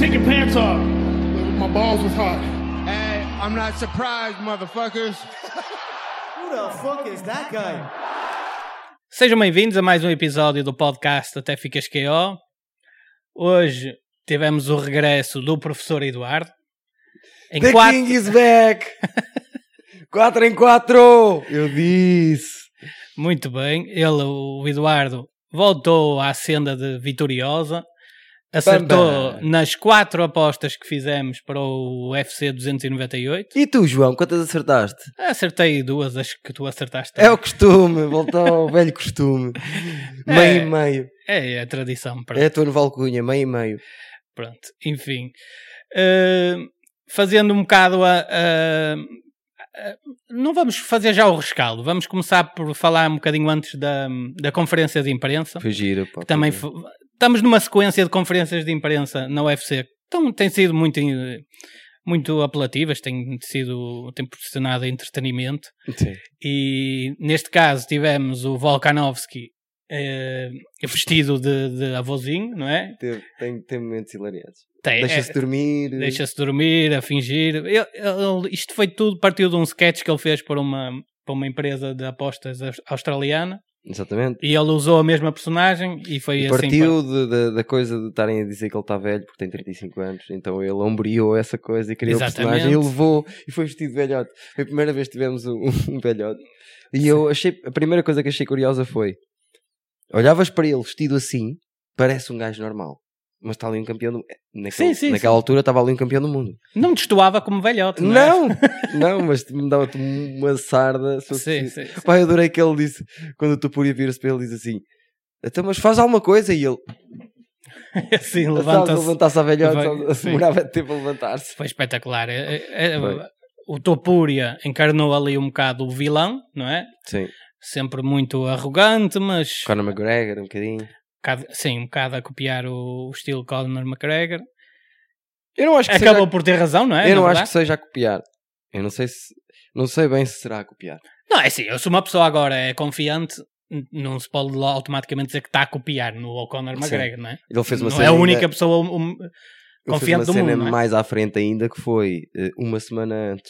take your pants off. My balls was hot. Hey, I'm not surprised, motherfuckers. Who the fuck is that guy? Sejam bem-vindos a mais um episódio do podcast Até Ficas KO. Hoje tivemos o regresso do professor Eduardo. The King is back! 4 em 4! Eu disse! Muito bem. o Eduardo, voltou à senda de vitoriosa. Acertou nas 4 apostas que fizemos para o UFC 298. E tu, João, quantas acertaste? Acertei 2, acho que tu acertaste. É o costume, voltou ao velho costume. Meio e meio. É a tradição. Pronto. É a tua Novalcunha, meio e meio. Pronto, enfim. Fazendo um bocado não vamos fazer já o rescaldo. Vamos começar por falar um bocadinho antes da conferência de imprensa. Foi giro, pá. Também estamos numa sequência de conferências de imprensa na UFC. Então, têm sido muito apelativas, têm proporcionado entretenimento. Sim. E neste caso tivemos o Volkanovski vestido de avôzinho, não é? Tem momentos hilariantes. Deixa-se dormir, a fingir. Isto foi tudo, partiu de um sketch que ele fez para uma empresa de apostas australiana. Exatamente. E ele usou a mesma personagem e foi e assim. Partiu da coisa de estarem a dizer que ele está velho porque tem 35 anos, então ele ombreou essa coisa e criou o personagem e levou e foi vestido de velhote. Foi a primeira vez que tivemos um velhote. E eu achei, a primeira coisa que achei curiosa foi: olhavas para ele vestido assim, parece um gajo normal, mas está ali um campeão do mundo. Naquela altura estava ali um campeão do mundo. Não destoava como velhote, não é? Não, mas me dava-te uma sarda. Sim. Pai, eu adorei que ele disse, quando o Topuria vira-se para ele, diz assim: então, mas faz alguma coisa. E ele assim, levantasse a velhote, demorava tempo a levantar-se. Foi espetacular. O Topuria encarnou ali um bocado o vilão, não é? Sim. Sempre muito arrogante, mas... Conor McGregor, um bocadinho. Sim, um bocado a copiar o estilo Conor McGregor. Eu não acho que acabou por ter razão, não é? Eu não acho que seja a copiar. Eu não sei bem se será a copiar. Não, é assim, eu sou uma pessoa agora confiante, não se pode automaticamente dizer que está a copiar no Conor McGregor, não é? Ele fez uma não cena é a única pessoa confiante do mundo, cena não é? mais à frente ainda, que foi uma semana antes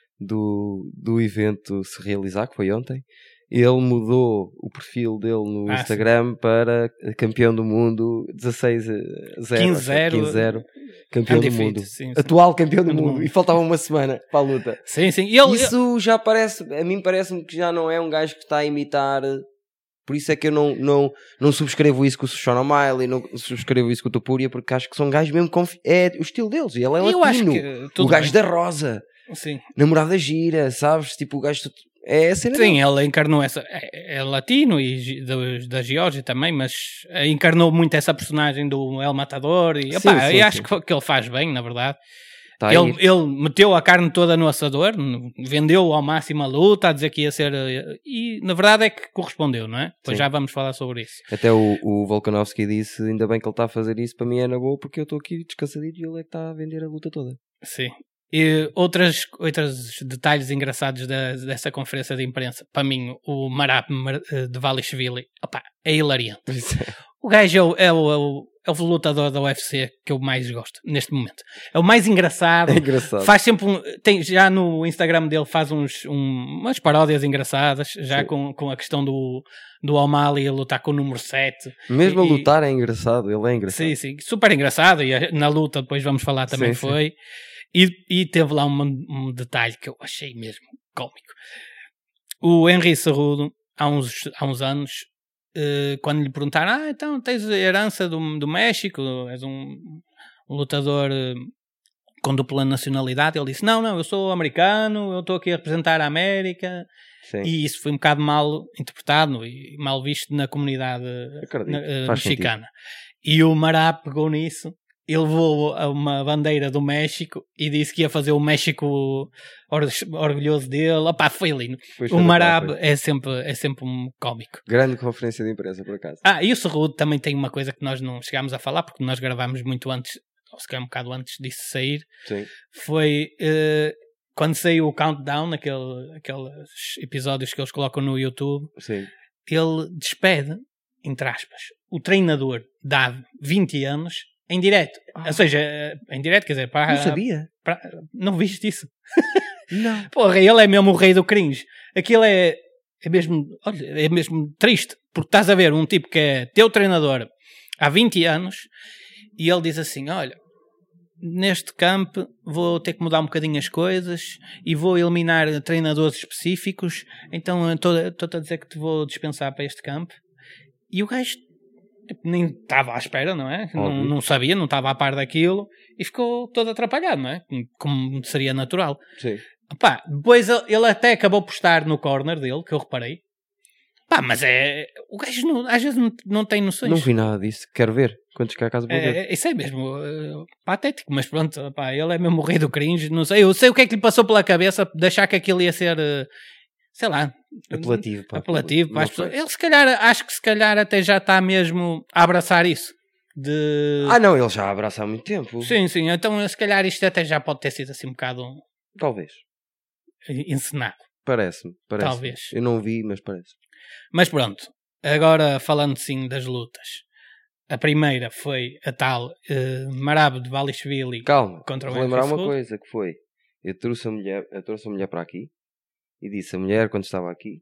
do evento se realizar, que foi ontem. Ele mudou o perfil dele no Instagram para campeão do mundo 16-0, 15-0, campeão do mundo. Sim. Atual campeão do mundo. E faltava uma semana para a luta. Sim. Isso já a mim parece-me que já não é um gajo que está a imitar. Por isso é que eu não subscrevo isso com o Sean O'Malley, não subscrevo isso com o Topuria, porque acho que são gajos mesmo é o estilo deles. E ele é latino. O gajo da Rosa. Sim. Namorada gira, sabes? Tipo, o gajo... É a cena. Sim, ele encarnou essa. É latino e da Geórgia também, mas encarnou muito essa personagem do El Matador. E acho que ele faz bem, na verdade. Ele meteu a carne toda no assador, vendeu ao máximo a luta, a dizer que ia ser. E na verdade é que correspondeu, não é? Pois já vamos falar sobre isso. Até o Volkanovski disse: ainda bem que ele está a fazer isso, para mim é na boa, porque eu estou aqui descansadinho e ele é que está a vender a luta toda. Sim. E outros detalhes engraçados dessa conferência de imprensa, para mim, o Marap de Valishvili, é hilariante. O gajo é o lutador da UFC que eu mais gosto neste momento. É o mais engraçado. É engraçado. Faz sempre já no Instagram dele faz umas paródias engraçadas, já com a questão do O'Malley a lutar com o número 7. Mesmo a lutar é engraçado, ele é engraçado. Sim, super engraçado. E na luta, depois vamos falar, também foi. E teve lá um detalhe que eu achei mesmo cómico. O Henry Cejudo, há uns anos, quando lhe perguntaram: então tens a herança do México, és um lutador com dupla nacionalidade, ele disse: não, eu sou americano, eu estou aqui a representar a América. Sim. E isso foi um bocado mal interpretado e mal visto na comunidade mexicana. E o Mará pegou nisso. Ele levou uma bandeira do México e disse que ia fazer o México orgulhoso dele. Foi lindo. O Marab é sempre um cómico. Grande conferência de imprensa, por acaso. E o Cejudo também tem uma coisa que nós não chegámos a falar, porque nós gravámos muito antes, ou se calhar um bocado antes disso sair. Sim. Foi quando saiu o Countdown, aqueles episódios que eles colocam no YouTube. Sim. Ele despede, entre aspas, o treinador de há 20 anos em direto. Ou seja, em direto, quer dizer, não sabia. Não viste isso? Não. Porra, ele é mesmo o rei do cringe. Aquilo é mesmo, olha, é mesmo triste, porque estás a ver um tipo que é teu treinador há 20 anos e ele diz assim, olha, neste campo vou ter que mudar um bocadinho as coisas e vou eliminar treinadores específicos, então estou-te a dizer que te vou dispensar para este campo. E o gajo nem estava à espera, não é? Não sabia, não estava a par daquilo e ficou todo atrapalhado, não é? Como seria natural. Sim. Pá, depois ele até acabou por estar no corner dele, que eu reparei. Pá, mas o gajo às vezes não tem noções. Não vi nada disso, quero ver. Quando chegar a casa vou ver. Isso é mesmo patético, mas pronto, pá, ele é mesmo o rei do cringe, não sei. Eu sei o que é que lhe passou pela cabeça de achar que aquilo ia ser, sei lá, apelativo. Pá. Apelativo para as pessoas. Ele se calhar, acho que se calhar até já está mesmo a abraçar isso. Não, ele já abraça há muito tempo. Sim, então se calhar isto até já pode ter sido assim um bocado... Talvez. Encenado. Parece-me. Talvez. Eu não vi, mas parece. Mas pronto, agora falando sim das lutas. A primeira foi a tal Merab Dvalishvili. Calma, contra o vou lembrar uma coisa que foi. Eu trouxe a mulher para aqui e disse a mulher quando estava aqui.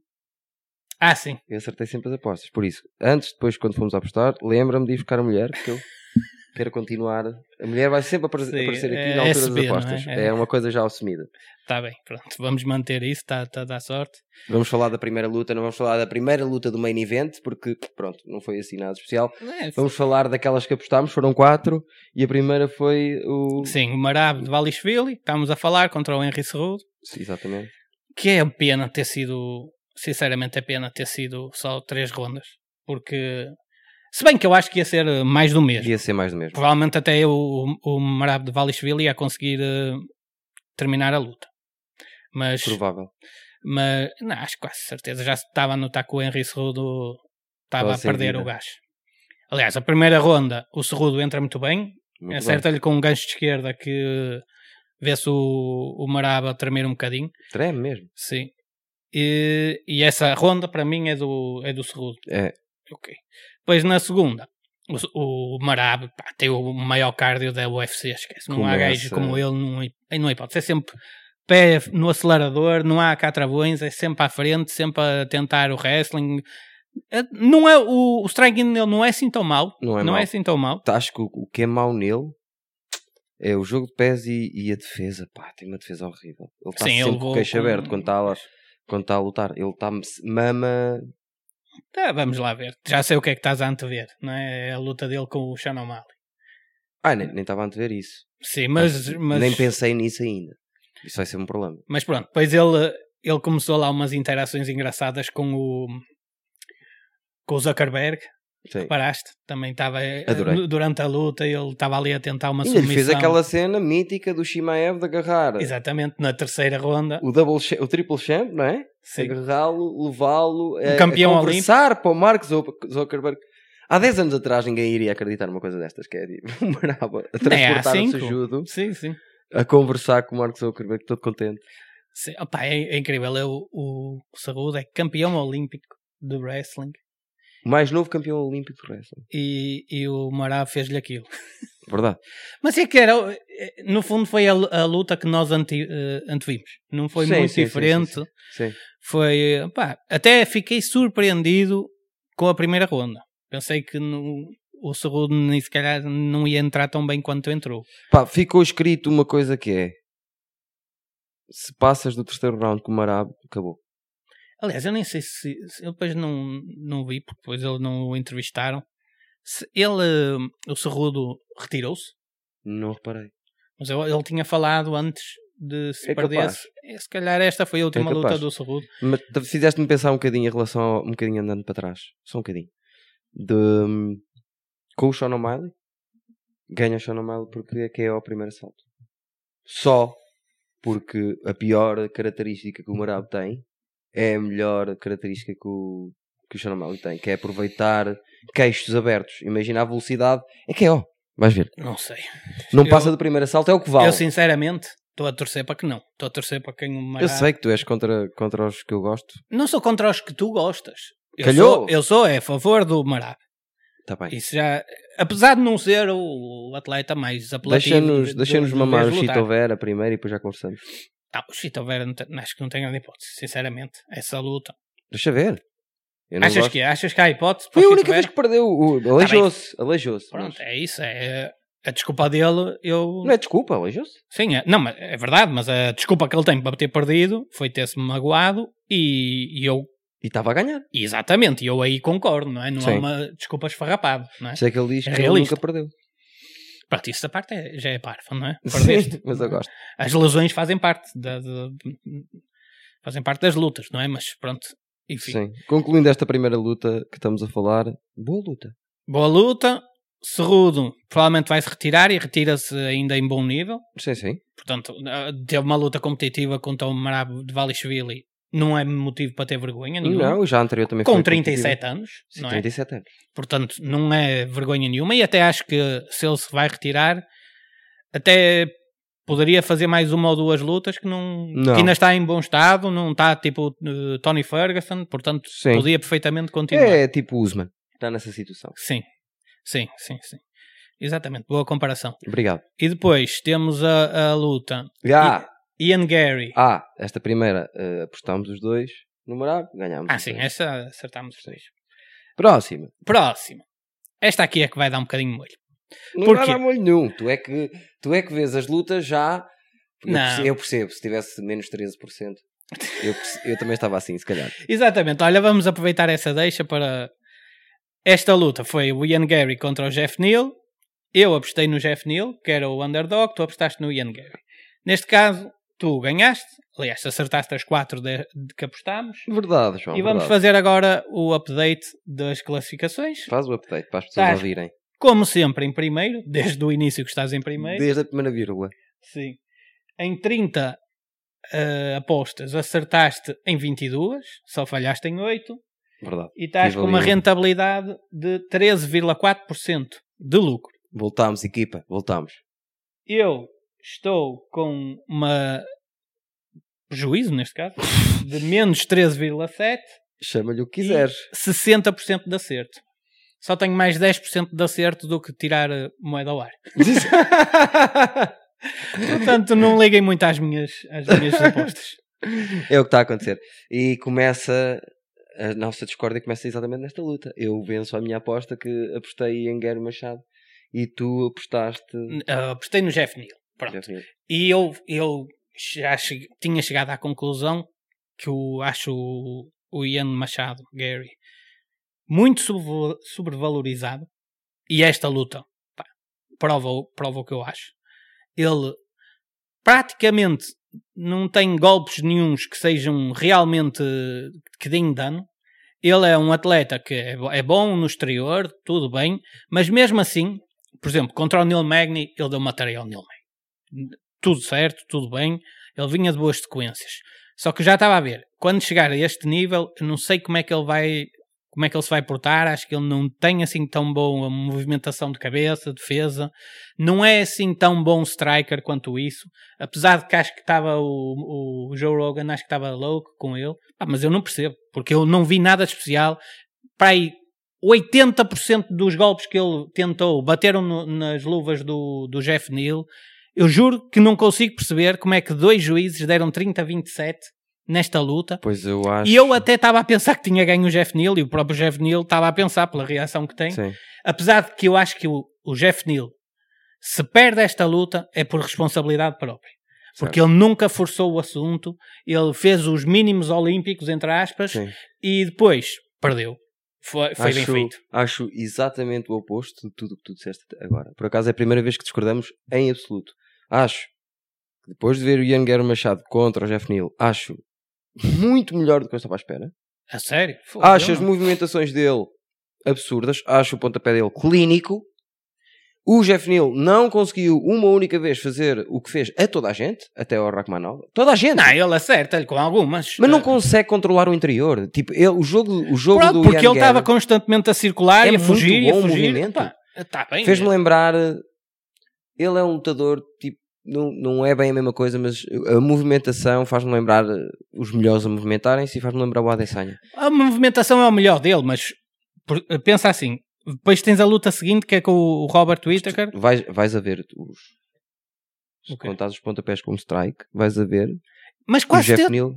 Sim. Eu acertei sempre as apostas. Por isso, depois quando fomos a apostar, lembra-me de ir buscar a mulher, porque eu quero continuar. A mulher vai sempre aparecer aqui na altura das apostas. É uma coisa já assumida. Está bem, pronto. Vamos manter isso, está a dar sorte. Vamos falar da primeira luta, não vamos falar da primeira luta do main event, porque, pronto, não foi assim nada especial. Vamos falar daquelas que apostámos, foram 4, e a primeira foi o... Sim, o Merab Dvalishvili, estamos a falar contra o Henry Cejudo. Sim, exatamente. Que é pena ter sido, sinceramente é pena ter sido só 3 rondas, porque... Se bem que eu acho que ia ser mais do mesmo. Ia ser mais do mesmo. Provavelmente até o Merab Dvalishvili ia conseguir terminar a luta. Mas, provável. Mas não, acho quase certeza. Já estava a notar que o Henry Cejudo estava a perder o gás. Aliás, a primeira ronda o Cejudo entra muito bem. Acerta-lhe com um gancho de esquerda que vê-se o Merab a tremer um bocadinho. Treme mesmo. Sim. E essa ronda para mim é do Cejudo. É. Ok. Depois na segunda, o Merab tem o maior cardio da UFC, esquece. Não há gajo como ele, não há hipótese. É sempre pé no acelerador, não há cá travões, é sempre à frente, sempre a tentar o wrestling. Não é, o striking dele não é assim tão mau. Não é assim tão mau. Acho que o que é mau nele é o jogo de pés e a defesa. Pá, tem uma defesa horrível. Ele está sempre com o queixo aberto quando está a lutar. Ele está mama... vamos lá ver. Já sei o que é que estás a antever, não é? É a luta dele com o Sean O'Malley. Nem estava a antever isso. Sim, mas... Nem pensei nisso ainda. Isso vai ser um problema. Mas pronto, depois ele começou lá umas interações engraçadas com o Zuckerberg. Sim. Reparaste? Também estava durante a luta, ele estava ali a tentar uma submissão. Ele fez aquela cena mítica do Shimaev de agarrar. Exatamente, na terceira ronda. O triple champ, não é? Sim. Agarrá-lo, levá-lo, campeão a conversar para o Mark Zuckerberg. Há 10 anos atrás ninguém iria acreditar numa coisa destas, que é tipo, a transportar o seu judo. Sim. A conversar com o Mark Zuckerberg, todo contente. Sim. Opa, é incrível. O Cejudo é campeão olímpico de wrestling. O mais novo campeão olímpico de wrestling. E o Merab fez-lhe aquilo. Verdade. Mas é que era, no fundo foi a luta que nós antevimos. Não foi muito diferente. Sim. Foi, pá, até fiquei surpreendido com a primeira ronda. Pensei que o Cejudo nem se calhar não ia entrar tão bem quanto entrou. Pá, ficou escrito uma coisa que é: se passas do terceiro round com o Merab, acabou. Aliás, eu nem sei se eu depois não vi, porque depois eles não o entrevistaram. Se o Cejudo retirou-se? Não reparei. Mas ele tinha falado antes de se perdesse. Se calhar esta foi a última luta do Cejudo. Mas fizeste-me pensar um bocadinho em relação um bocadinho andando para trás. Só um bocadinho. Com o Sean O'Malley. Ganha o Sean O'Malley porque é que é o primeiro assalto. Só porque a pior característica que o Merab tem é a melhor característica que o Sean O'Malley tem, que é aproveitar queixos abertos. Imagina a velocidade. É que é, vais ver. Não sei. Não passa do primeiro assalto, é o que vale. Eu sinceramente estou a torcer para que não. Estou a torcer para quem o Merab... Eu sei que tu és contra os que eu gosto. Não sou contra os que tu gostas. Calhou? Eu sou a favor do Merab. Tá bem. Isso já... apesar de não ser o atleta mais apelativo... Deixa-nos mamar o Chito Vera primeiro e depois já conversamos. O Chito Vera acho que não tem grande hipótese, sinceramente. Essa luta... Deixa ver. Achas que há hipótese? Foi a única vez que perdeu. Aleijou-se. Pronto, é isso. É a desculpa dele. Não é desculpa, aleijou-se? Sim, não, mas é verdade. Mas a desculpa que ele tem para ter perdido foi ter-se magoado e eu. E estava a ganhar. Exatamente, e eu aí concordo, não é? Não é uma desculpa esfarrapada, não é? Isso é que ele diz que ele nunca perdeu. Pronto, isso da parte já é parva, não é? Sim, mas eu gosto. As lesões fazem parte fazem parte das lutas, não é? Mas pronto. Enfim. Sim. Concluindo esta primeira luta que estamos a falar, boa luta. Cerrudo provavelmente vai se retirar e retira-se ainda em bom nível. Sim. Portanto, teve uma luta competitiva contra o Merab Dvalishvili. Não é motivo para ter vergonha nenhuma. Não, já anterior também foi. Com 37 anos. Sim, não 37 anos. Portanto, não é vergonha nenhuma. E até acho que se ele se vai retirar, até poderia fazer mais uma ou duas lutas que ainda está em bom estado, não está tipo Tony Ferguson, portanto podia perfeitamente continuar. É tipo Usman, está nessa situação. Sim. Exatamente, boa comparação. Obrigado. E depois temos a luta. Ian Gary. Esta primeira apostámos os dois, numerado, ganhámos. Sim, essa acertámos os dois. Próxima. Esta aqui é que vai dar um bocadinho de molho. Não vai dar molho nenhum. Tu é que vês as lutas já. Eu percebo, se tivesse menos 13%, eu também estava assim, se calhar. Exatamente. Olha, vamos aproveitar essa deixa para... Esta luta foi o Ian Gary contra o Jeff Neal. Eu apostei no Jeff Neal, que era o underdog, tu apostaste no Ian Gary. Neste caso, tu ganhaste. Aliás, acertaste as 4 de que apostámos. Verdade, João. E vamos fazer agora o update das classificações. Faz o update para as pessoas ouvirem. Como sempre, em primeiro, desde o início que estás em primeiro. Desde a primeira vírgula. Sim. Em 30 apostas, acertaste em 22, só falhaste em 8. Verdade. E estás com uma rentabilidade de 13,4% de lucro. Voltámos, equipa, voltámos. Eu estou com uma prejuízo, neste caso, de menos 13,7%. Chama-lhe o que quiseres. 60% de acerto. Só tenho mais 10% de acerto do que tirar moeda ao ar. Portanto, não liguem muito às minhas apostas. É o que está a acontecer. E começa... A nossa discórdia começa exatamente nesta luta. Eu venço a minha aposta que apostei em Gary Machado e tu apostaste... apostei no Jeff Neal. Pronto. Jeff Neal. E eu já tinha chegado à conclusão que eu acho o Ian Machado, Gary, muito sobrevalorizado, e esta luta prova o que eu acho. Ele praticamente não tem golpes nenhuns que sejam realmente que deem dano. Ele é um atleta que é bom no exterior, tudo bem, mas mesmo assim, por exemplo, contra o Neil Magny, ele deu material ao Neil Magny. Tudo certo, tudo bem, ele vinha de boas sequências. Só que já estava a ver, quando chegar a este nível, eu não sei como é que ele se vai portar. Acho que ele não tem assim tão boa movimentação de cabeça, defesa, não é assim tão bom striker quanto isso, apesar de que acho que estava o Joe Rogan, acho que estava louco com ele, mas eu não percebo, porque eu não vi nada de especial. Para aí 80% dos golpes que ele tentou bateram nas luvas do Jeff Neal. Eu juro que não consigo perceber como é que 2 juízes deram 30-27 nesta luta. Pois eu acho. E eu até estava a pensar que tinha ganho o Jeff Neal, e o próprio Jeff Neal estava a pensar pela reação que tem. Sim. Apesar de que eu acho que o Jeff Neal, se perde esta luta, é por responsabilidade própria. Porque ele nunca forçou o assunto, ele fez os mínimos olímpicos, entre aspas, sim, e depois perdeu. Foi bem feito. Acho exatamente o oposto de tudo o que tu disseste agora. Por acaso é a primeira vez que discordamos em absoluto. Acho que depois de ver o Ian Gary Machado contra o Jeff Neal, acho muito melhor do que eu estava à espera. A sério? Acho as movimentações dele absurdas. Acho o pontapé dele clínico. O Jeff Neal não conseguiu uma única vez fazer o que fez a toda a gente, até ao Rakhmonov. Toda a gente! Não, ele acerta-lhe com algumas. Mas não consegue controlar o interior. Tipo, o jogo pronto, do porque Ian ele estava constantemente a circular e a fugir e a fugir. Movimento. Tá bem. Fez-me lembrar... Ele é um lutador, tipo, não é bem a mesma coisa, mas a movimentação faz-me lembrar os melhores a movimentarem-se e faz-me lembrar o Adesanya. A movimentação é o melhor dele, mas pensa assim, Depois tens a luta seguinte, que é com o Robert Whittaker. Vais a ver se contares os pontapés como strike, vais a ver. Mas quase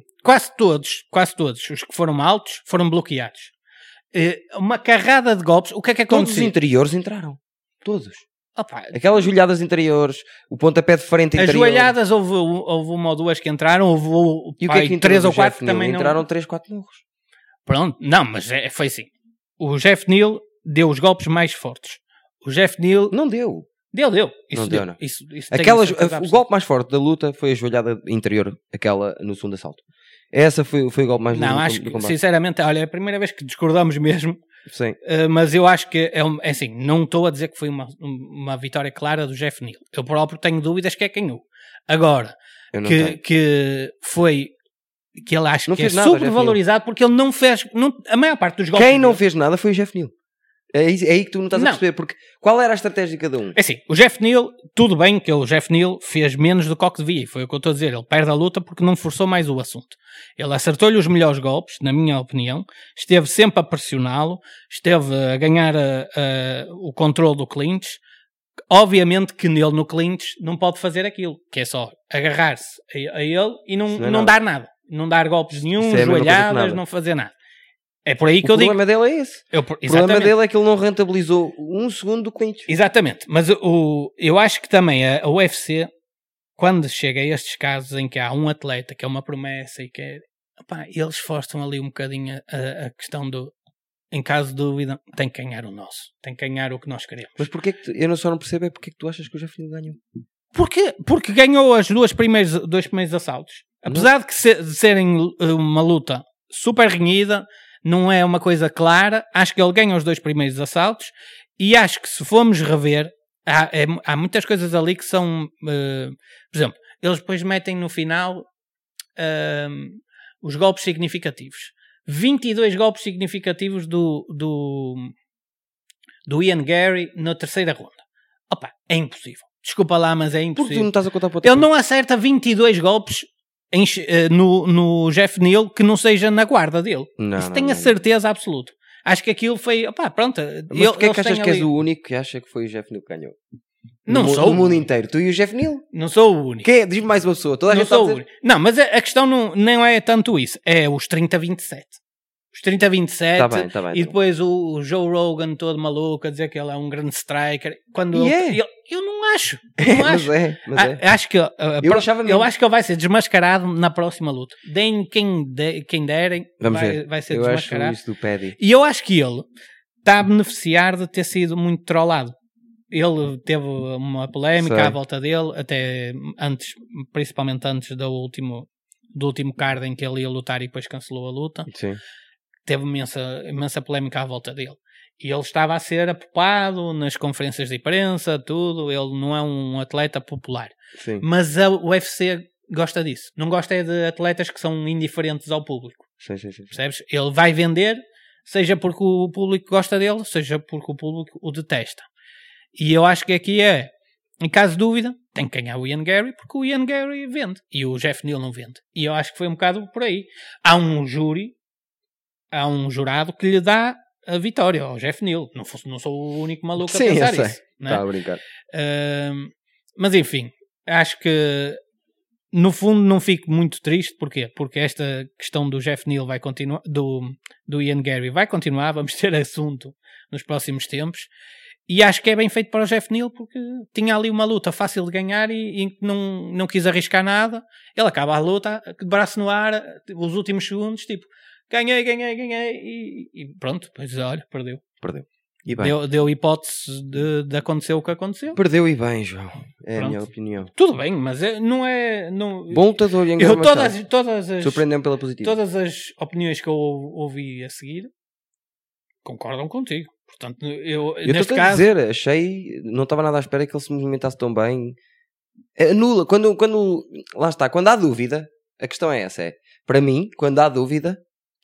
todos os que foram altos foram bloqueados. Uma carrada de golpes. O que é que aconteceu? Todos os interiores entraram. Todos. Opa, aquelas joelhadas interiores, o pontapé de frente interior. As joelhadas houve uma ou duas que entraram, houve e o que é que 3 ou 4 também não. Entraram 3, 4 murros. Pronto, não, mas foi assim. O Jeff Neal deu os golpes mais fortes. O Jeff Neal... Não deu. Deu. Isso não deu. Não. Isso o golpe mais forte da luta foi a joelhada interior, aquela no segundo assalto. Essa foi o golpe mais não, acho que, sinceramente, olha, é a primeira vez que discordamos mesmo. Sim. Mas eu acho que é assim, não estou a dizer que foi uma vitória clara do Jeff Neal. Eu próprio tenho dúvidas que é ganhou. Agora, que foi... que ele acha que é supervalorizado porque ele não fez... a maior parte dos golpes... Quem não fez nada foi o Jeff Neal. É aí que tu não estás a perceber, porque qual era a estratégia de cada um? É assim, o Jeff Neal, tudo bem que o Jeff Neal fez menos do que devia, foi o que eu estou a dizer, ele perde a luta porque não forçou mais o assunto. Ele acertou-lhe os melhores golpes, na minha opinião, esteve sempre a pressioná-lo, esteve a ganhar o controle do clinch. Obviamente que nele no clinch não pode fazer aquilo, que é só agarrar-se a ele e não dar nada, não dar golpes nenhum, joelhadas, não fazer nada. É por aí que eu digo. O problema dele é esse. O problema dele é que ele não rentabilizou 1 segundo do clinch. Exatamente. Mas eu acho que também a UFC, quando chega a estes casos em que há um atleta que é uma promessa e que é... Opá, eles forçam ali um bocadinho a questão do... Em caso de dúvida, tem que ganhar o nosso. Tem que ganhar o que nós queremos. Mas porquê que eu só não percebo é porque que tu achas que o Jeff Neal ganhou? Porque ganhou os dois primeiros assaltos. Apesar de serem uma luta super renhida... Não é uma coisa clara. Acho que ele ganha os 2 primeiros assaltos. E acho que se formos rever, há muitas coisas ali que são... por exemplo, eles depois metem no final os golpes significativos. 22 golpes significativos do Ian Gary na terceira ronda. Opa, é impossível. Desculpa lá, mas é impossível. Porque tu não estás a contar para outra Ele não acerta 22 golpes... no Jeff Neal que não seja na guarda dele. Isso tenho a certeza absoluta. Acho que aquilo foi... Opá, pronto. Mas porquê é que achas que és o único que acha que foi o Jeff Neal que ganhou? Não sou. No mundo inteiro. Tu e o Jeff Neal? Não sou o único. Diz-me mais uma pessoa. Toda a gente sou o único. Não, mas a questão não é tanto isso. É os 30-27. Os 30-27 tá bem, e depois o Joe Rogan todo maluco a dizer que ele é um grande striker. Quando eu não acho. Mas é. Acho que eu acho que ele vai ser desmascarado na próxima luta. Deem quem derem, vai ser desmascarado. Acho isso do Paddy. E eu acho que ele está a beneficiar de ter sido muito trollado. Ele teve uma polémica à volta dele, até antes, principalmente antes do último card em que ele ia lutar e depois cancelou a luta. Sim. Teve imensa polémica à volta dele. E ele estava a ser apopado nas conferências de imprensa, tudo. Ele não é um atleta popular. Sim. Mas a UFC gosta disso. Não gosta é de atletas que são indiferentes ao público. Sim. Percebes? Ele vai vender, seja porque o público gosta dele, seja porque o público o detesta. E eu acho que aqui em caso de dúvida, tem que ganhar o Ian Gary, porque o Ian Gary vende. E o Jeff Neal não vende. E eu acho que foi um bocado por aí. Há um jurado que lhe dá a vitória ao Jeff Neal. Não sou o único maluco a pensar isso. Está a brincar. Mas enfim, acho que no fundo não fico muito triste. Porquê? Porque esta questão do Jeff Neal vai continuar, do Ian Gary vai continuar, vamos ter assunto nos próximos tempos. E acho que é bem feito para o Jeff Neal porque tinha ali uma luta fácil de ganhar e não quis arriscar nada. Ele acaba a luta, de braço no ar, os últimos segundos, tipo, ganhei e pronto, pois olha, perdeu. E bem. Deu hipótese de acontecer o que aconteceu. Perdeu e bem, João. É a minha opinião. Tudo bem, mas não é... Não... Bom lutador, Ian Gary. Todas as... Surpreendeu-me pela positiva. Todas as opiniões que eu ouvi a seguir concordam contigo. Portanto, eu neste caso... a dizer, achei... Não estava nada à espera que ele se movimentasse tão bem. Anula. Lá está. Quando há dúvida, a questão é essa. Para mim, quando há dúvida,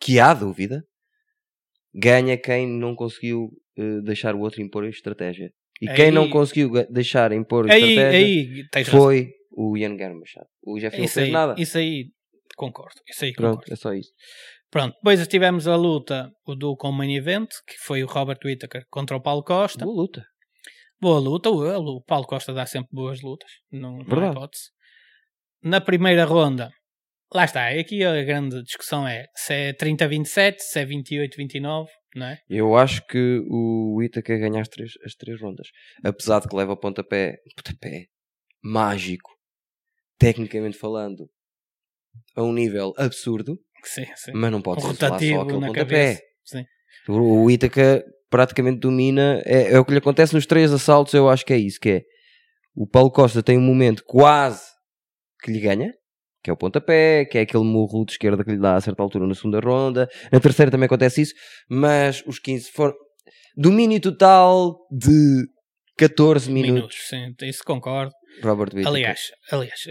ganha quem não conseguiu deixar o outro impor a estratégia. E quem não conseguiu deixar impor a estratégia foi o Ian Gary Machado. O Jeff não fez nada. Isso aí concordo. Pronto, é só isso. Pronto, depois tivemos a luta, o duo com o main event, que foi o Robert Whittaker contra o Paulo Costa. Boa luta. Boa luta, o Paulo Costa dá sempre boas lutas, não há hipótese. Na primeira ronda, lá está, aqui a grande discussão é se é 30-27, se é 28-29, não é? Eu acho que o Whittaker ganha as três rondas. Apesar de que leva pontapé mágico, tecnicamente falando, a um nível absurdo, sim. Mas não pode ser rotativo só aquele na pontapé. Cabeça. Sim. O Whittaker praticamente domina, é o que lhe acontece nos 3 assaltos, eu acho que é isso, que é o Paulo Costa tem um momento quase que lhe ganha, que é o pontapé, que é aquele murro de esquerda que lhe dá a certa altura na segunda ronda, na terceira também acontece isso, mas os 15 foram domínio total de 14 minutos. Sim, isso concordo. Robert Whittaker. Aliás,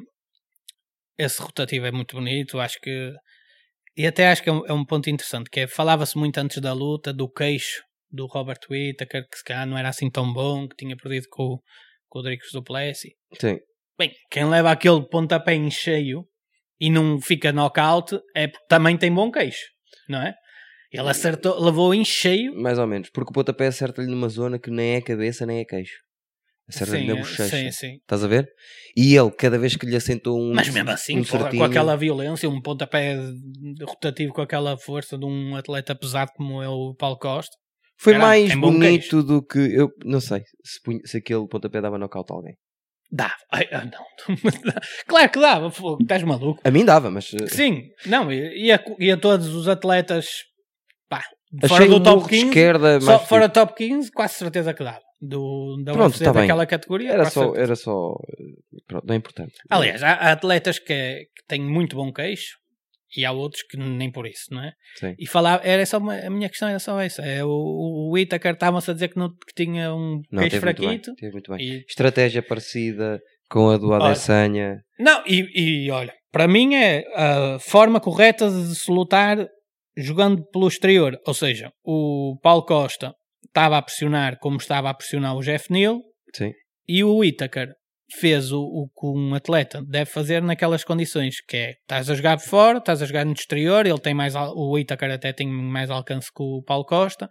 esse rotativo é muito bonito, acho que e até acho que é um ponto interessante, que é, falava-se muito antes da luta do queixo do Robert Whittaker, que se calhar não era assim tão bom, que tinha perdido com o Dricus Duplessis. Sim. Bem, quem leva aquele pontapé em cheio e não fica knockout é porque também tem bom queixo, não é? Ele acertou, levou em cheio. Mais ou menos, porque o pontapé acerta-lhe numa zona que nem é cabeça nem é queixo. Acerta-lhe na bochecha. Sim. Estás a ver? E ele, cada vez que lhe assentou um mas mesmo assim, com aquela violência, um pontapé rotativo com aquela força de um atleta pesado como é o Paulo Costa. Foi mais bonito do que... Eu não sei se aquele pontapé dava knockout a alguém. Dava. Não. Claro que dava. Estás maluco. A mim dava, mas... Sim. Não, e a todos os atletas... Pá, fora do top 15... Esquerda, só fora do top 15, quase certeza que dava. Da UFC, tá daquela bem. Categoria. Era só... Pronto, não é importante. Aliás, há atletas que têm muito bom queixo e há outros que nem por isso, não é? Sim. E era só a minha questão era só essa. O Whittaker estava-se a dizer que tinha um queixo fraquito. Teve muito bem. Estratégia parecida com a do Adesanya. Não, e olha, para mim é a forma correta de se lutar jogando pelo exterior. Ou seja, o Paulo Costa estava a pressionar como estava a pressionar o Jeff Neal. Sim. E o Whittaker fez o que um atleta deve fazer naquelas condições, que é, estás a jogar fora, estás a jogar no exterior, o Whittaker até tem mais alcance que o Paulo Costa.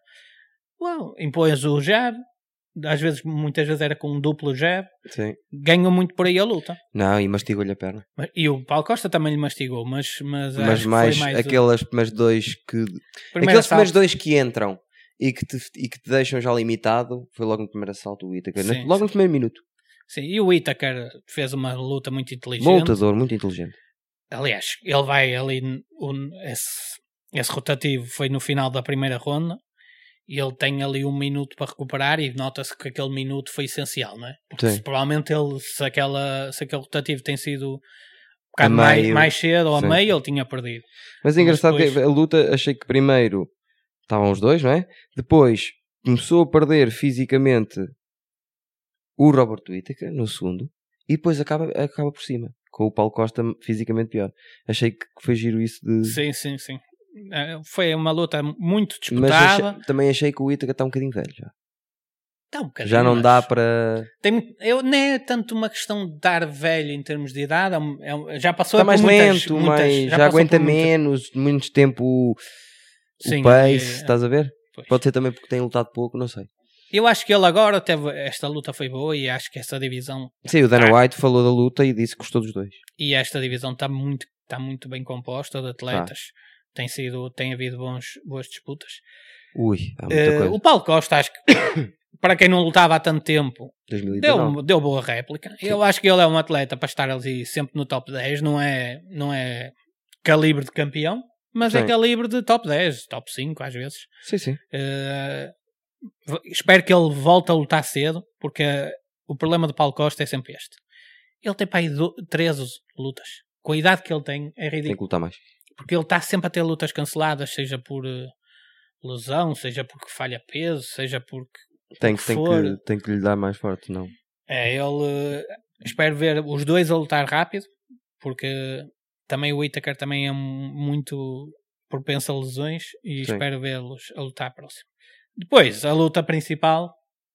Impôs o jab, muitas vezes era com um duplo jab. Sim. Ganhou muito por aí a luta. Não, e mastigou-lhe a perna. E o Paulo Costa também lhe mastigou, mas mais aqueles primeiros dois que... Aqueles primeiros dois que entram e que te deixam já limitado, foi logo no primeiro assalto o Whittaker. Logo no primeiro minuto. Sim, e o Whittaker fez uma luta muito inteligente. Lutador, muito inteligente. Aliás, ele vai ali, esse rotativo foi no final da primeira ronda, e ele tem ali 1 minuto para recuperar, e nota-se que aquele minuto foi essencial, não é? Porque provavelmente se aquele rotativo tem sido um bocado mais cedo ou a meio, ele tinha perdido. Mas é engraçado que a luta, achei que primeiro estavam os dois, não é? Depois começou a perder fisicamente o Robert Whittaker no segundo, e depois acaba por cima, com o Paulo Costa fisicamente pior. Achei que foi giro isso de... Sim. Foi uma luta muito disputada. Mas também achei que o Whittaker está um bocadinho velho já. Está um bocadinho, já não dá para... Não é tanto uma questão de estar velho em termos de idade, já passou está mais lento, já aguenta menos tempo o pace, estás a ver? Pois. Pode ser também porque tem lutado pouco, não sei. Eu acho que ele agora esta luta foi boa, e acho que essa divisão... Sim, o Dana White falou da luta e disse que gostou dos dois. E esta divisão está muito bem composta de atletas. Tem havido boas disputas. Há muita coisa. O Paulo Costa, acho que para quem não lutava há tanto tempo, deu boa réplica. Sim. Eu acho que ele é um atleta para estar ali sempre no top 10, não é calibre de campeão, mas é calibre de top 10, top 5 às vezes. Sim. Espero que ele volte a lutar cedo, porque o problema do Paulo Costa é sempre este. Ele tem para aí 13 lutas. Com a idade que ele tem, é ridículo. Tem que lutar mais. Porque ele está sempre a ter lutas canceladas, seja por lesão, seja porque falha peso, seja porque... Tem que lhe dar mais forte, não? Ele... espero ver os dois a lutar rápido, porque também o Whittaker também é muito propenso a lesões, e espero vê-los a lutar próximo. Depois, a luta principal,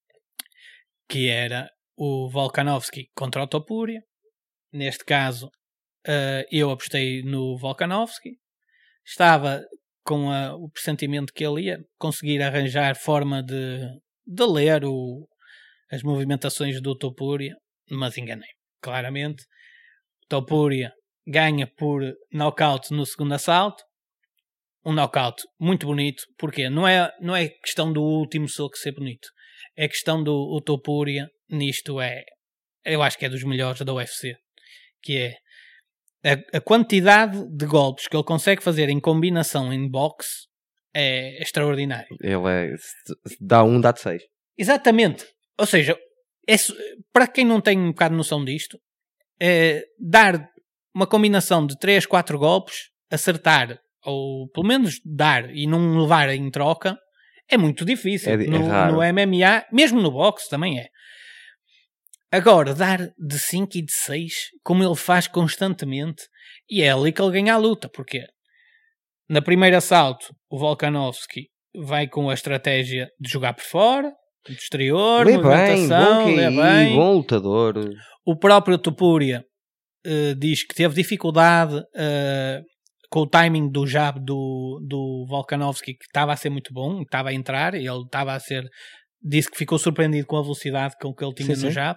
que era o Volkanovski contra o Topuria. Neste caso, eu apostei no Volkanovski. estava com o pressentimento que ele ia conseguir arranjar forma de ler as movimentações do Topuria, mas enganei. Claramente, Topuria ganha por knockout no segundo assalto. Um knockout muito bonito, porque não é questão do último soco ser bonito, é questão do Topuria. Nisto eu acho que é dos melhores da UFC, que é a quantidade de golpes que ele consegue fazer em combinação em boxe é extraordinário. Ele dá 1, dá-te 6. Exatamente. Ou seja, para quem não tem um bocado de noção disto, dar uma combinação de 3, 4 golpes, acertar, ou pelo menos dar e não levar em troca, é muito difícil. Raro. No MMA, mesmo no boxe também é. Agora, dar de 5 e de 6, como ele faz constantemente, e é ali que ele ganha a luta, porque na primeiro assalto o Volkanovski vai com a estratégia de jogar por fora, do exterior, movimentação, lê bem, bom lutador. O próprio Topuria diz que teve dificuldade com o timing do jab do Volkanovski, que estava a ser muito bom, estava a entrar, e ele estava a ser... Disse que ficou surpreendido com a velocidade com que ele tinha no jab.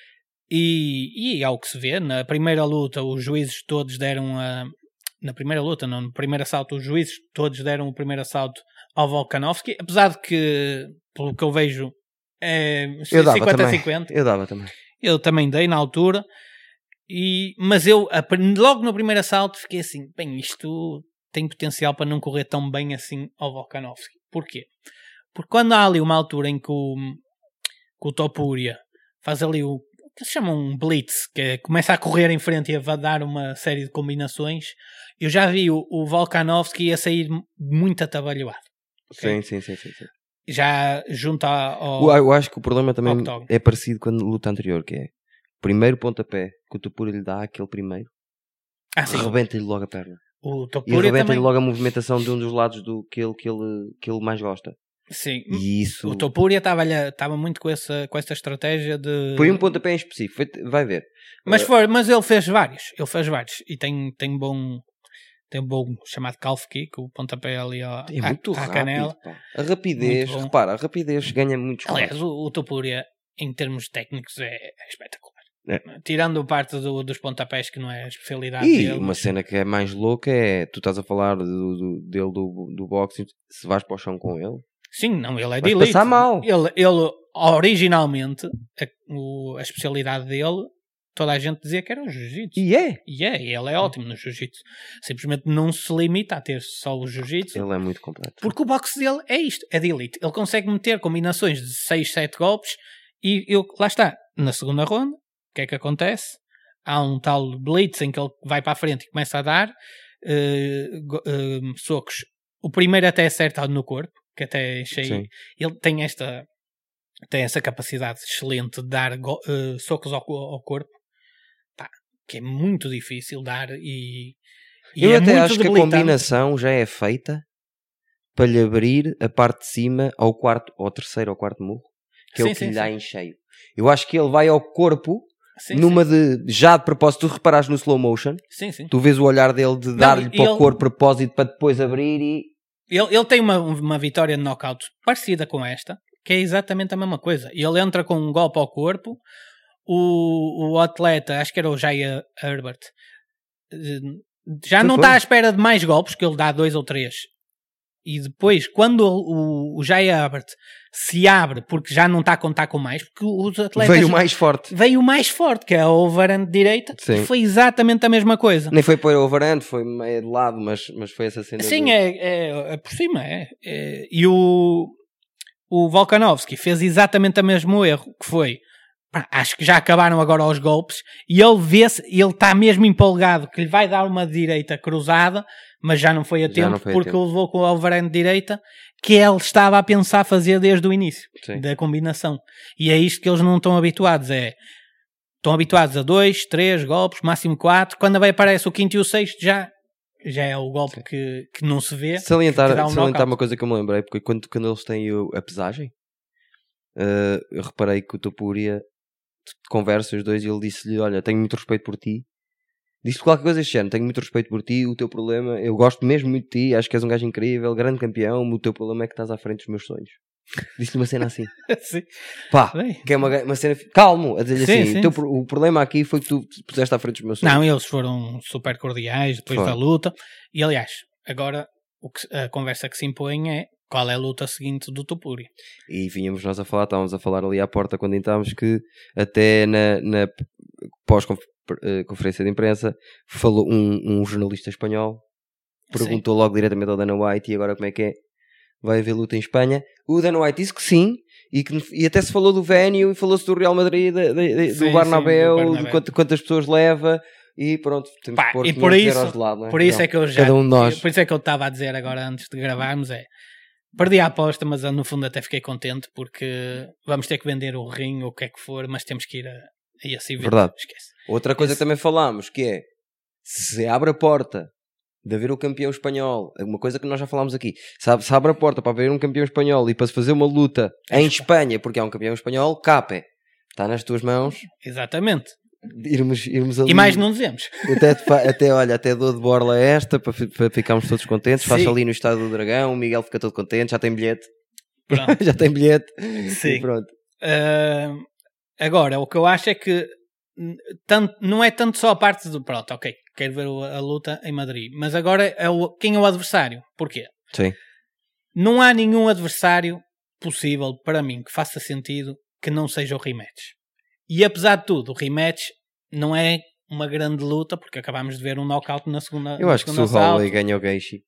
E ao que se vê, na primeira luta os juízes todos deram no primeiro assalto os juízes todos deram o primeiro assalto ao Volkanovski, apesar de que, pelo que eu vejo, é 50-50. Eu dava também. Eu também dei na altura. Mas eu, logo no primeiro assalto, fiquei assim, bem, isto tem potencial para não correr tão bem assim ao Volkanovski. Porquê? Porque quando há ali uma altura em que o Topuria faz ali o que se chama um blitz, que começa a correr em frente e a dar uma série de combinações, eu já vi o Volkanovski a sair muito atabalhoado. Okay? Sim. Já junto eu acho que o problema também é parecido com a luta anterior, que é o primeiro pontapé que o Topuria lhe dá, aquele primeiro, rebenta-lhe logo a perna. E rebenta-lhe logo a movimentação de um dos lados que ele mais gosta. Sim, e isso... O Topuria estava muito com essa estratégia de... Foi um pontapé em específico, vai ver. Mas ele fez vários. E tem bom chamado calf kick, o pontapé ali à canela. Pá. A rapidez, repara, a rapidez ganha muitos pontos. Aliás, o Topuria, em termos técnicos, é espetacular. Tirando parte dos pontapés, que não é a especialidade dele. E uma cena que é mais louca é, tu estás a falar dele do boxing, se vais para o chão com ele. Sim, não, ele é de elite. Passar mal. Ele originalmente, a especialidade dele, toda a gente dizia que era o jiu-jitsu. E ele é ótimo no jiu-jitsu. Simplesmente não se limita a ter só o jiu-jitsu. Ele é muito completo. Porque o boxe dele é isto, é de elite. Ele consegue meter combinações de 6, 7 golpes e lá está. Na segunda ronda, o que é que acontece? Há um tal blitz em que ele vai para a frente e começa a dar socos. O primeiro até acerta no corpo, que até achei... Ele tem essa capacidade excelente de dar socos ao corpo, que é muito difícil dar e eu até acho que a combinação já é feita para lhe abrir a parte de cima ao terceiro ou quarto murro, que é o que lhe dá em cheio. Eu acho que ele vai ao corpo já de propósito. Tu reparares no slow motion, tu vês o olhar dele de dar-lhe para o corpo propósito para depois abrir e... Ele tem uma vitória de knockout parecida com esta, que é exatamente a mesma coisa. Ele entra com um golpe ao corpo, o atleta, acho que era o Jai Herbert, já não está à espera de mais golpes, que ele dá 2 ou 3. E depois, quando o Jai Herbert se abre, porque já não está a contar com mais, porque os atletas... Veio mais forte, que é a overhand direita, e foi exatamente a mesma coisa. Nem foi por overhand, foi meio de lado, mas foi essa cena. Sim, é por cima, E o Volkanovski fez exatamente o mesmo erro, que foi... Acho que já acabaram agora os golpes e ele está mesmo empolgado que lhe vai dar uma direita cruzada, mas já não foi a tempo, porque levou com a overhand direita que ele estava a pensar fazer desde o início da combinação. E é isto que eles não estão habituados. Estão habituados a 2, 3 golpes, máximo 4. Quando aparece o quinto e o sexto já é o golpe que não se vê. Salientar uma coisa que eu me lembrei, porque quando eles têm a pesagem, eu reparei que o Topuria conversa os dois e ele disse-lhe: olha, tenho muito respeito por ti, Disse qualquer coisa este ano, tenho muito respeito por ti, o teu problema, eu gosto mesmo muito de ti, acho que és um gajo incrível, grande campeão, o teu problema é que estás à frente dos meus sonhos. Disse-lhe uma cena assim. Sim. Pá, que é uma cena... Calmo, a dizer-lhe assim, o problema aqui foi que tu puseste à frente dos meus sonhos. Não, eles foram super cordiais depois da luta. E aliás, agora a conversa que se impõe é qual é a luta seguinte do Topuria. E vínhamos nós estávamos a falar ali à porta quando entrávamos que até na pós-conferência de imprensa falou um jornalista espanhol, perguntou logo diretamente ao Dana White, e agora como é que é? Vai haver luta em Espanha? O Dana White disse que sim, e até se falou do Vénio, e falou-se do Real Madrid, do Bernabéu, de quantas pessoas leva, e pronto, temos que pôr 500 euros de lado. Por isso é que eu já... Cada um de nós. Por isso é que eu estava a dizer agora, antes de gravarmos, perdi a aposta, mas no fundo até fiquei contente, porque vamos ter que vender o rim, ou o que é que for, mas temos que ir a esse evento. Verdade. Esquece. Outra coisa que também falámos, que é, se abre a porta de haver o campeão espanhol, uma coisa que nós já falámos aqui, se abre a porta para haver um campeão espanhol e para se fazer uma luta em Espanha, porque há um campeão espanhol, cape, está nas tuas mãos. Exatamente. Irmos ali, e mais não dizemos. Até dou de borla esta para ficarmos todos contentes. Faço ali no Estádio do Dragão, o Miguel fica todo contente, já tem bilhete. Já tem bilhete. Sim. E pronto. Agora, o que eu acho é que não é tanto só a parte do pronto, ok, quero ver a luta em Madrid, mas agora quem é o adversário. Porquê? Sim. Não há nenhum adversário possível para mim que faça sentido que não seja o rematch. E apesar de tudo, o rematch não é uma grande luta, porque acabámos de ver um knockout na segunda. Eu acho que se o Holloway ganha o Gaethje,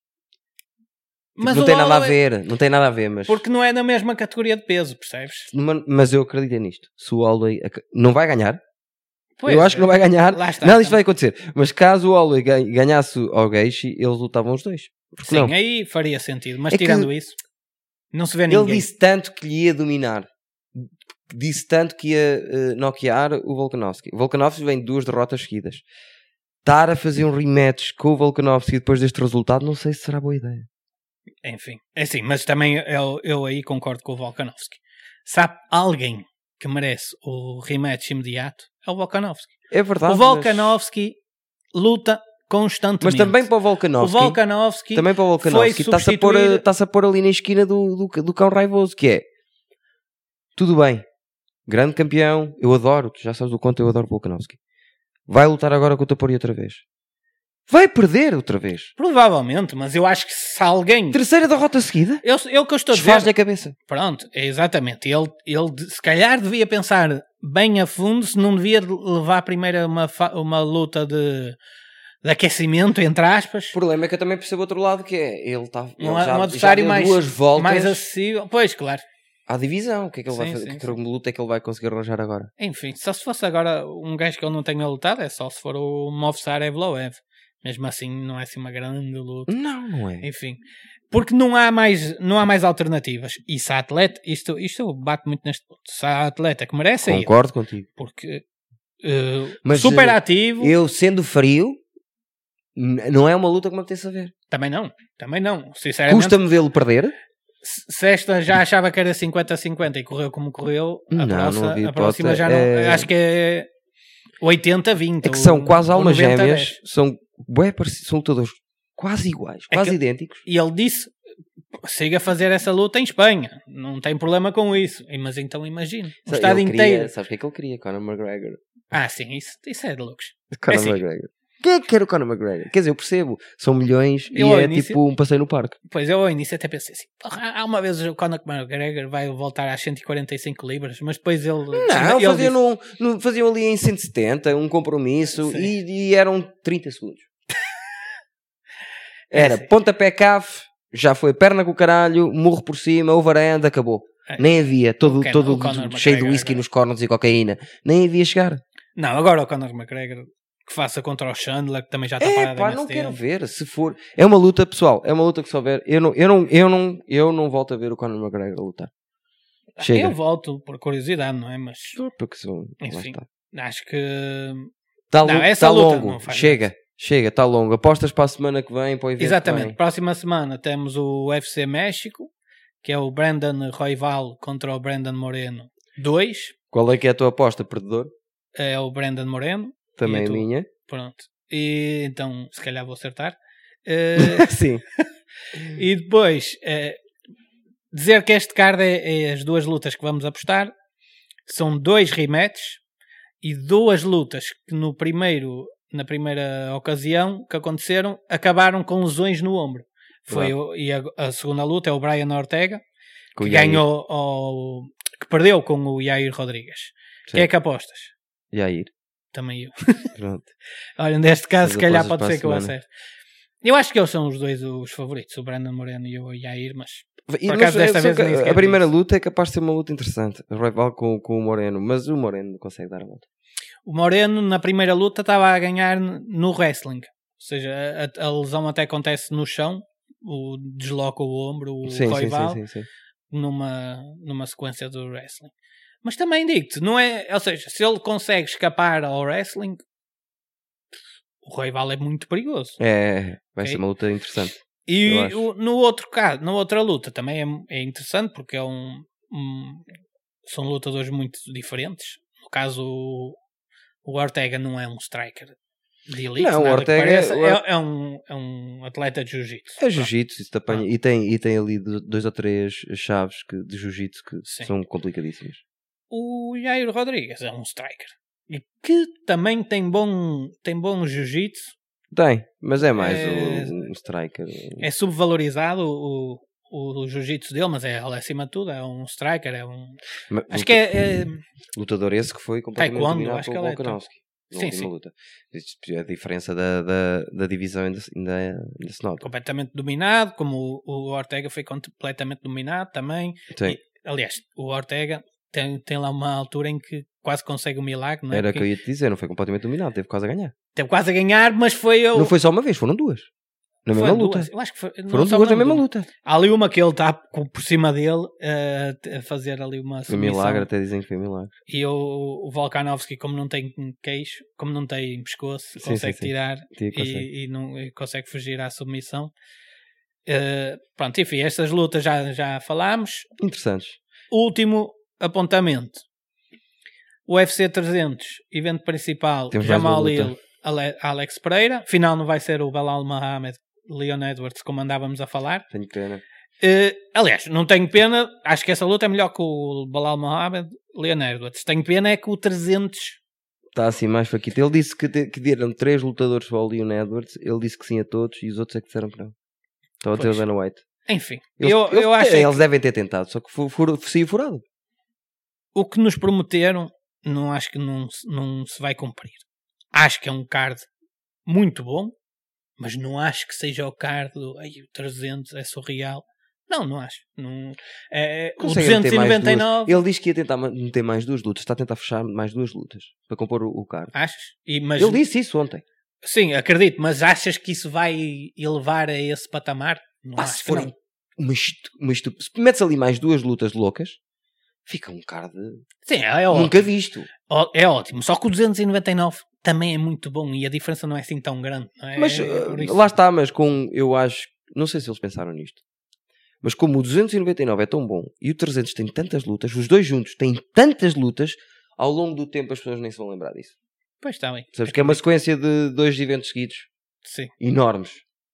mas não tem nada a ver, não tem nada a ver, mas... Porque não é na mesma categoria de peso, percebes? Mas eu acredito nisto. Se o Holloway não vai ganhar, pois, eu acho que não vai ganhar, está, nada disto vai acontecer. Mas caso o Holloway ganhasse ao Gaethje, eles lutavam os dois. Sim, não? Aí faria sentido, mas tirando isso, não se vê ninguém. Ele disse tanto que lhe ia dominar, disse tanto que ia noquear o Volkanovski. O Volkanovski vem de 2 derrotas seguidas. Estar a fazer um rematch com o Volkanovski depois deste resultado, não sei se será boa ideia. Enfim, é assim, mas também eu aí concordo com o Volkanovski. Sabe alguém que merece o rematch imediato? É o Volkanovski. É verdade. O Volkanovski luta constantemente. Mas também para o Volkanovski está-se a pôr ali na esquina do cão raivoso, que é, tudo bem, grande campeão, eu adoro, tu já sabes do quanto eu adoro o Volkanovski. Vai lutar agora com o Topuria outra vez. Vai perder outra vez. Provavelmente, mas eu acho que se alguém... Terceira derrota seguida? Eu que eu estou a dizer... Desfaz-lhe a cabeça. Pronto, é exatamente. Ele se calhar devia pensar bem a fundo se não devia levar primeiro uma luta de aquecimento, entre aspas. O problema é que eu também percebo outro lado, que é... Ele um adversário já deu duas voltas mais acessível. Pois, claro. À divisão. O que é que ele vai fazer? Que luta é que ele vai conseguir arranjar agora? Enfim, só se fosse agora um gajo que ele não tenha lutado, é só se for o Movsar Evloev. Mesmo assim, não é assim uma grande luta. Não é. Enfim, porque não há mais alternativas. E se a atleta, isto bate muito neste ponto, se a atleta que merece concordo contigo. Porque mas, super ativo. Eu, sendo frio, não é uma luta que me apetece a ver. Também não. Sinceramente, custa-me vê-lo perder. Se esta já achava que era 50-50 e correu como correu, a próxima já não. Acho que é 80-20. É que são quase almas gêmeas. São lutadores quase iguais, quase idênticos. E ele disse, siga a fazer essa luta em Espanha, não tem problema com isso. Mas então imagina, o estado inteiro. Sabes o que é que ele queria? Conor McGregor. Sim, isso é de loucos. Conor McGregor. Quem é que quer o Conor McGregor? Quer dizer, eu percebo, são milhões e é início, tipo um passeio no parque. Pois eu ao início até pensei assim, há uma vez o Conor McGregor vai voltar às 145 libras, mas depois ele... Não, faziam ali em 170, um compromisso e eram 30 segundos. Era pontapé cave, já foi perna com o caralho, murro por cima, overhand, acabou. Nem havia, todo cheio de whisky nos cornos e cocaína. Nem havia chegar. Não, agora o Conor McGregor que faça contra o Chandler, que também já está parado. Não quero ver, se for. É uma luta, pessoal, é uma luta que só ver. Eu não volto a ver o Conor McGregor lutar. Chega. Eu volto por curiosidade, não é? Mas porque são, enfim, acho que está longo. Chega, está longo. Apostas para a semana que vem, para o evento. Exatamente, próxima semana temos o UFC México, que é o Brandon Royval contra o Brandon Moreno 2. Qual é que é a tua aposta, perdedor? É o Brandon Moreno. Também a minha. Pronto. E então, se calhar vou acertar. Sim. E depois, dizer que este card é as 2 lutas que vamos apostar. São 2 rematches e 2 lutas que na primeira ocasião que aconteceram, acabaram com lesões no ombro. E a segunda luta é o Brian Ortega, que ganhou que perdeu com o Yair Rodrigues. Quem é que apostas? Yair. Também eu. Pronto. Olha, neste caso, se calhar pode ser que eu acerte. Eu acho que eles são os 2 os favoritos, o Brandon Moreno e o Yair, mas por acaso desta vez a primeira luta é capaz de ser uma luta interessante. O rival com o Moreno, mas o Moreno não consegue dar a volta. O Moreno, na primeira luta, estava a ganhar no wrestling. Ou seja, a lesão até acontece no chão, desloca o ombro, o rival, numa sequência do wrestling. Mas também digo-te, não é... Ou seja, se ele consegue escapar ao wrestling, o rival é muito perigoso. Vai ser uma luta interessante. E no outro caso, na outra luta, também é interessante, porque são lutadores muito diferentes. No caso, o Ortega não é um striker de elite. Não, o Ortega é um atleta de jiu-jitsu. É jiu-jitsu, e tem ali 2 ou 3 chaves de jiu-jitsu que são complicadíssimas. O Yair Rodrigues é um striker e que também tem bom jiu-jitsu. Tem, mas é mais um striker. É subvalorizado o jiu-jitsu dele, mas acima de tudo é um striker, acho que é lutador esse que foi completamente dominado pelo Volkanovski. Sim. Luta. A diferença da divisão ainda se nota. Completamente dominado, como o Ortega foi completamente dominado também. Sim. Aliás, o Ortega tem lá uma altura em que quase consegue um milagre, não é? Era o que eu ia te dizer, não foi completamente dominado, teve quase a ganhar. Teve quase a ganhar, mas foi... Não foi só uma vez, foram 2. Na mesma luta. Eu acho que foram 2 na mesma luta. Há ali uma que ele está por cima dele a fazer ali uma submissão. Foi milagre, até dizem que foi milagre. E o Volkanovski, como não tem queixo, como não tem pescoço, consegue tirar e não consegue fugir à submissão. Pronto, enfim, estas lutas já falámos. Interessantes. Último apontamento. O UFC 300, evento principal, Jamal Hill, Alex Pereira. Final não vai ser o Belal Muhammad, Leon Edwards, como andávamos a falar. Tenho pena. Aliás, não tenho pena. Acho que essa luta é melhor que o Belal Muhammad, Leon Edwards. Tenho pena é que o 300... Está assim mais fraquito. Ele disse que deram 3 lutadores para o Leon Edwards. Ele disse que sim a todos e os outros é que disseram que não. Estão a ter o Dana White. Enfim, eu acho eles devem ter tentado, só que saiu furado. O que nos prometeram, não acho que não se vai cumprir. Acho que é um card muito bom, mas não acho que seja o card do o 300 é surreal. Não acho. Não, o 299... Ele disse que ia tentar meter mais 2 lutas. Está a tentar fechar mais 2 lutas para compor o card. Achas? Ele disse isso ontem. Sim, acredito, mas achas que isso vai elevar a esse patamar? Não acho que não. Mas tu, se metes ali mais 2 lutas loucas, fica um card nunca visto. É ótimo, só que o 299 também é muito bom e a diferença não é assim tão grande. Não é? Mas lá está, mas eu acho, não sei se eles pensaram nisto, mas como o 299 é tão bom e o 300 tem tantas lutas, os dois juntos têm tantas lutas, ao longo do tempo as pessoas nem se vão lembrar disso. Pois está bem. Sabes que é uma sequência de 2 eventos seguidos. Sim. Enormes.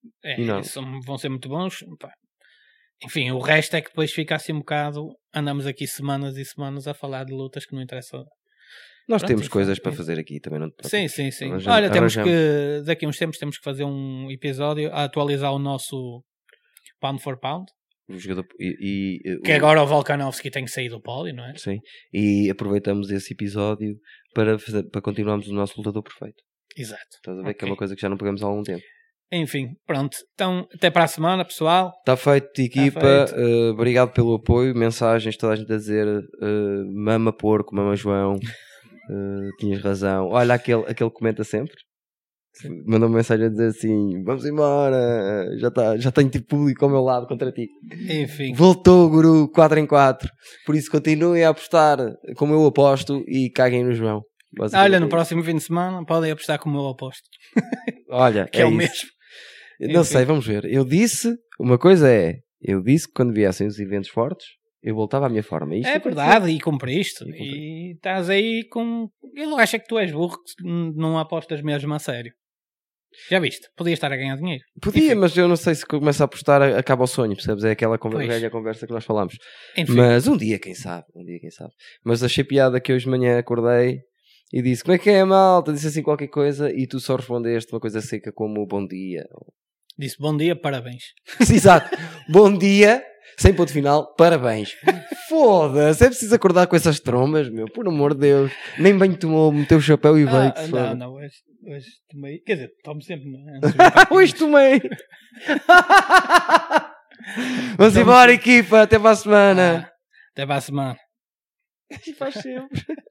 Vão ser muito bons. Pá. Enfim, o resto é que depois fica assim um bocado. Andamos aqui semanas e semanas a falar de lutas que não interessam. Nós temos coisas para fazer aqui também. Não sim. Olha, temos que, daqui a uns tempos, temos que fazer um episódio a atualizar o nosso Pound for Pound. O jogador, que agora o Volkanovski tem que sair do pódio, não é? Sim. E aproveitamos esse episódio para continuarmos o nosso lutador perfeito. Exato. Estás a ver que é uma coisa que já não pegamos há algum tempo. Enfim, pronto. Então, até para a semana, pessoal. Está feito, equipa. Obrigado pelo apoio. Mensagens, toda a gente a dizer mama porco, mama João. Tinhas razão. Olha, aquele que comenta sempre. Mandou uma mensagem a dizer assim: vamos embora, já tenho tipo público ao meu lado contra ti. Enfim. Voltou o guru 4 em 4. Por isso continuem a apostar como eu aposto e caguem no João. Olha, no próximo fim de semana podem apostar como eu aposto. Olha, que é o mesmo. Não sei, vamos ver. Eu disse que quando viessem os eventos fortes eu voltava à minha forma. É verdade, e cumpriste. E estás aí com... Eu acho que tu és burro que não apostas mesmo a sério. Já viste? Podia estar a ganhar dinheiro. Podia, enfim. mas eu não sei se começa a apostar, acaba o sonho, percebes? É aquela velha conversa que nós falámos. Enfim. Mas um dia, quem sabe. Mas achei piada que hoje de manhã acordei e disse, como é que é, malta? Disse assim qualquer coisa e tu só respondeste uma coisa seca como bom dia. Disse bom dia, parabéns. Exato. Bom dia, sem ponto final, parabéns. Foda-se, é preciso acordar com essas trombas, meu, por amor de Deus. Nem bem tomou, meteu o chapéu e veio. Não, hoje tomei. Quer dizer, tomo sempre, não é? Hoje tomei. Vamos embora, equipa, até para a semana. Até para a semana. E faz sempre.